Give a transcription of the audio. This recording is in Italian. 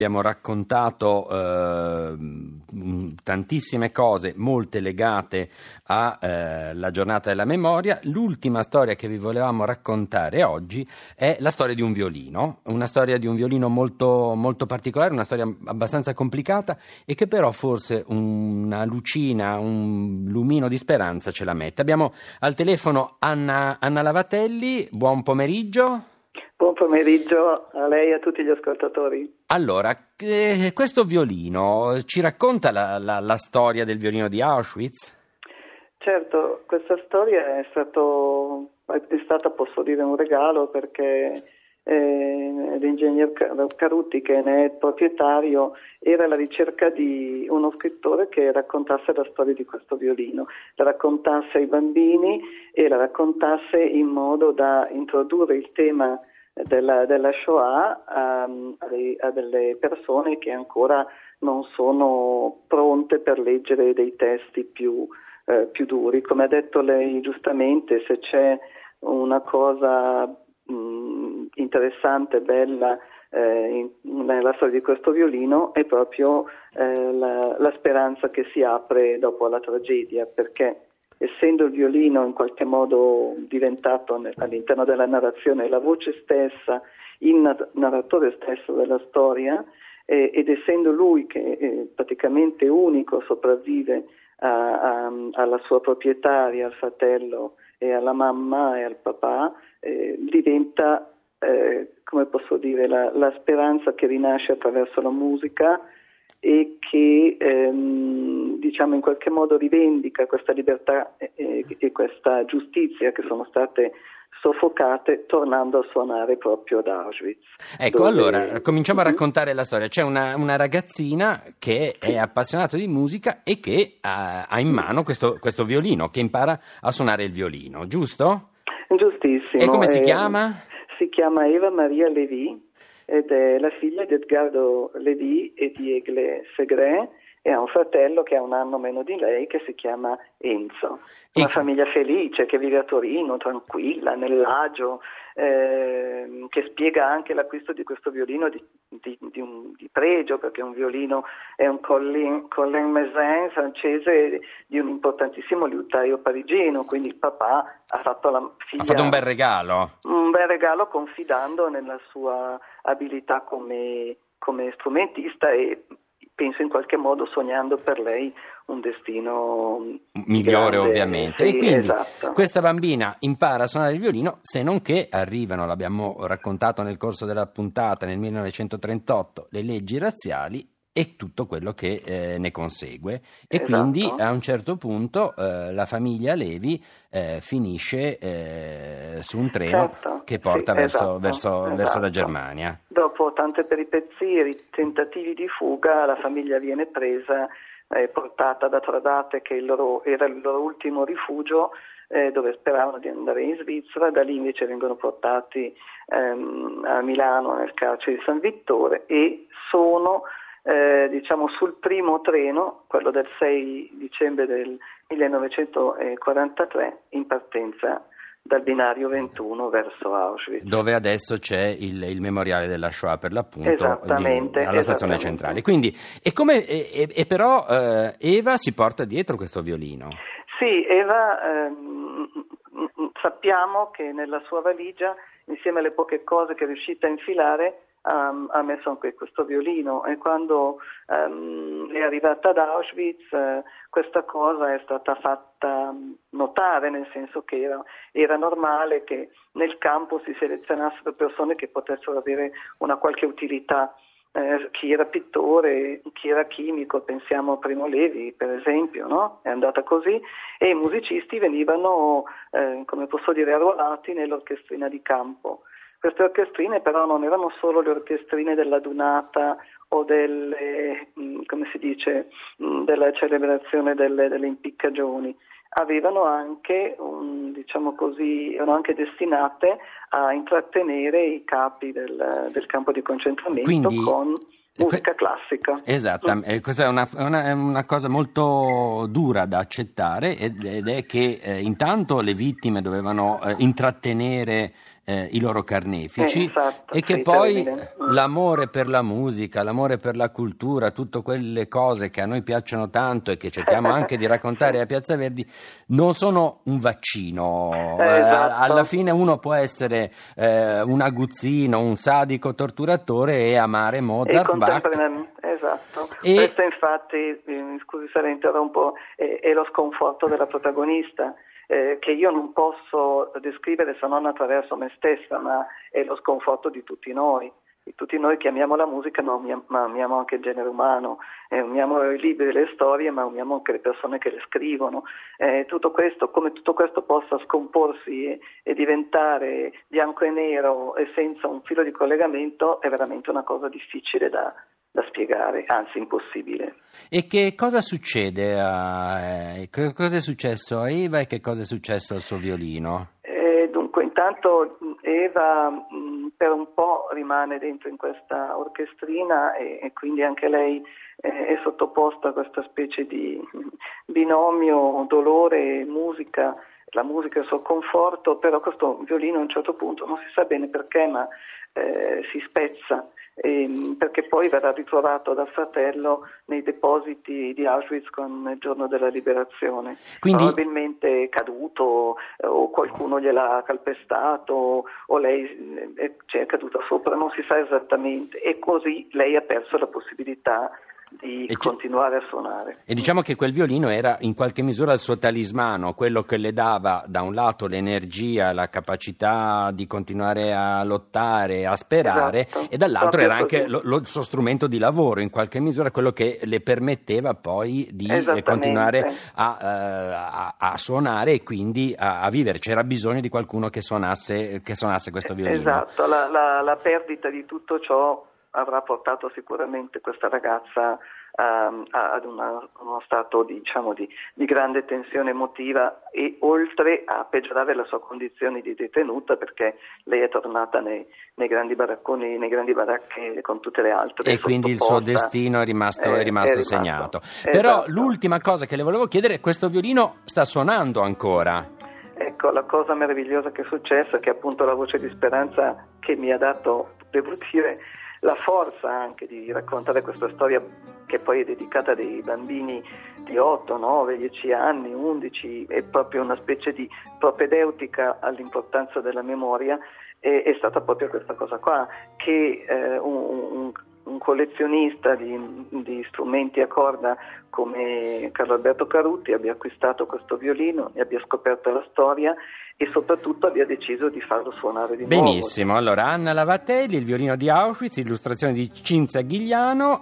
Abbiamo raccontato tantissime cose, molte legate alla giornata della memoria. L'ultima storia che vi volevamo raccontare oggi è la storia di un violino, una storia di un violino molto, molto particolare, una storia abbastanza complicata e che però forse una lucina, un lumino di speranza ce la mette. Abbiamo al telefono Anna Lavatelli, buon pomeriggio. Buon pomeriggio a lei e a tutti gli ascoltatori. Allora, questo violino ci racconta la storia del violino di Auschwitz? Certo, questa storia è stata, posso dire, un regalo perché l'ingegner Caruti, che ne è il proprietario, era alla ricerca di uno scrittore che raccontasse la storia di questo violino, la raccontasse ai bambini e la raccontasse in modo da introdurre il tema della Shoah a delle persone che ancora non sono pronte per leggere dei testi più duri. Come ha detto lei giustamente, se c'è una cosa interessante, bella nella storia di questo violino è proprio la speranza che si apre dopo la tragedia, perché essendo il violino in qualche modo diventato all'interno della narrazione la voce stessa, il narratore stesso della storia, ed essendo lui che è praticamente unico, sopravvive alla sua proprietaria, al fratello e alla mamma e al papà, diventa, come posso dire, la speranza che rinasce attraverso la musica e che diciamo in qualche modo rivendica questa libertà e questa giustizia che sono state soffocate tornando a suonare proprio ad Auschwitz. Ecco, allora cominciamo a raccontare la storia. C'è una ragazzina che è appassionata di musica e che ha in mano questo violino, che impara a suonare il violino, giusto? Giustissimo. E come si chiama? Si chiama Eva Maria Levy ed è la figlia di Edgardo Levy e di Egle Segre, e ha un fratello che ha un anno meno di lei che si chiama Enzo. Una famiglia felice che vive a Torino, tranquilla, nell'agio, che spiega anche l'acquisto di questo violino di pregio, perché un violino è un Colin Mezin francese di un importantissimo liutaio parigino, quindi il papà ha fatto alla figlia... Ha fatto un bel regalo. Un bel regalo confidando nella sua abilità come strumentista e penso in qualche modo sognando per lei un destino migliore, grande, ovviamente. Sì, e quindi esatto. Questa bambina impara a suonare il violino, se non che arrivano, l'abbiamo raccontato nel corso della puntata, nel 1938, le leggi razziali e tutto quello che ne consegue. E esatto. Quindi a un certo punto la famiglia Levi finisce su un treno, certo, che porta verso la Germania. Dopo tante peripezie, tentativi di fuga, la famiglia viene presa, portata da Tradate, che era il loro ultimo rifugio, dove speravano di andare in Svizzera. Da lì invece vengono portati a Milano nel carcere di San Vittore e sono diciamo sul primo treno, quello del 6 dicembre del 1943, in partenza dal binario 21 verso Auschwitz, dove adesso c'è il memoriale della Shoah, per l'appunto, alla stazione centrale. Quindi però Eva si porta dietro questo violino. Sì, Eva sappiamo che nella sua valigia, insieme alle poche cose che è riuscita a infilare, ha messo anche questo violino, e quando è arrivata ad Auschwitz questa cosa è stata fatta notare, nel senso che era normale che nel campo si selezionassero persone che potessero avere una qualche utilità, chi era pittore, chi era chimico, pensiamo a Primo Levi per esempio, no? È andata così, e i musicisti venivano come posso dire arruolati nell'orchestrina di campo. Queste orchestrine però non erano solo le orchestrine della Dunata o delle, come si dice, della celebrazione delle impiccagioni, avevano anche, diciamo così, erano anche destinate a intrattenere i capi del campo di concentramento. Quindi, con musica classica. Esatto, questa è una cosa molto dura da accettare, ed è che intanto le vittime dovevano intrattenere i loro carnefici, esatto, e che sì, poi terribile. l'amore per la musica, l'amore per la cultura, tutte quelle cose che a noi piacciono tanto e che cerchiamo anche di raccontare a Piazza Verdi, non sono un vaccino. Esatto. Alla fine uno può essere un aguzzino, un sadico torturatore e amare E Mozart, Bach. esatto. E Questo infatti, mi scusi se la interrompo, è lo sconforto della protagonista, che io non posso descrivere se non attraverso me stessa, ma è lo sconforto di tutti noi. Di tutti noi che amiamo la musica, ma amiamo anche il genere umano, amiamo i libri e le storie, ma amiamo anche le persone che le scrivono. Tutto questo, come tutto questo possa scomporsi e diventare bianco e nero e senza un filo di collegamento, è veramente una cosa difficile da spiegare, anzi impossibile. E che cosa succede cosa è successo a Eva e che cosa è successo al suo violino? Dunque, intanto Eva per un po' rimane dentro in questa orchestrina e quindi anche lei è sottoposta a questa specie di binomio dolore e musica. La musica è il suo conforto, però questo violino a un certo punto non si sa bene perché, ma si spezza, perché poi verrà ritrovato dal fratello nei depositi di Auschwitz con il giorno della liberazione. Quindi, probabilmente è caduto o qualcuno gliel'ha calpestato o lei è caduta sopra, non si sa esattamente, e così lei ha perso la possibilità di continuare a suonare. E diciamo che quel violino era in qualche misura il suo talismano, quello che le dava da un lato l'energia, la capacità di continuare a lottare, a sperare, Esatto, e dall'altro proprio era anche così. il suo strumento di lavoro, in qualche misura quello che le permetteva poi di continuare a suonare e quindi a vivere. C'era bisogno di qualcuno che suonasse questo violino. Esatto, la perdita di tutto ciò avrà portato sicuramente questa ragazza ad uno stato di grande tensione emotiva, e oltre a peggiorare la sua condizione di detenuta, perché lei è tornata nei grandi baracconi, nei grandi baracche con tutte le altre. E quindi il suo destino è rimasto segnato. Esatto. Però l'ultima cosa che le volevo chiedere: questo violino sta suonando ancora? Ecco, la cosa meravigliosa che è successa è che appunto la voce di speranza che mi ha dato, devo dire, la forza anche di raccontare questa storia, che poi è dedicata a dei bambini di 8, 9, 10 anni, 11, è proprio una specie di propedeutica all'importanza della memoria, è stata proprio questa cosa qua, che un collezionista di strumenti a corda come Carlo Alberto Carutti abbia acquistato questo violino, ne abbia scoperto la storia e soprattutto abbia deciso di farlo suonare di nuovo. Benissimo, allora Anna Lavatelli, Il violino di Auschwitz, illustrazione di Cinzia Ghigliano.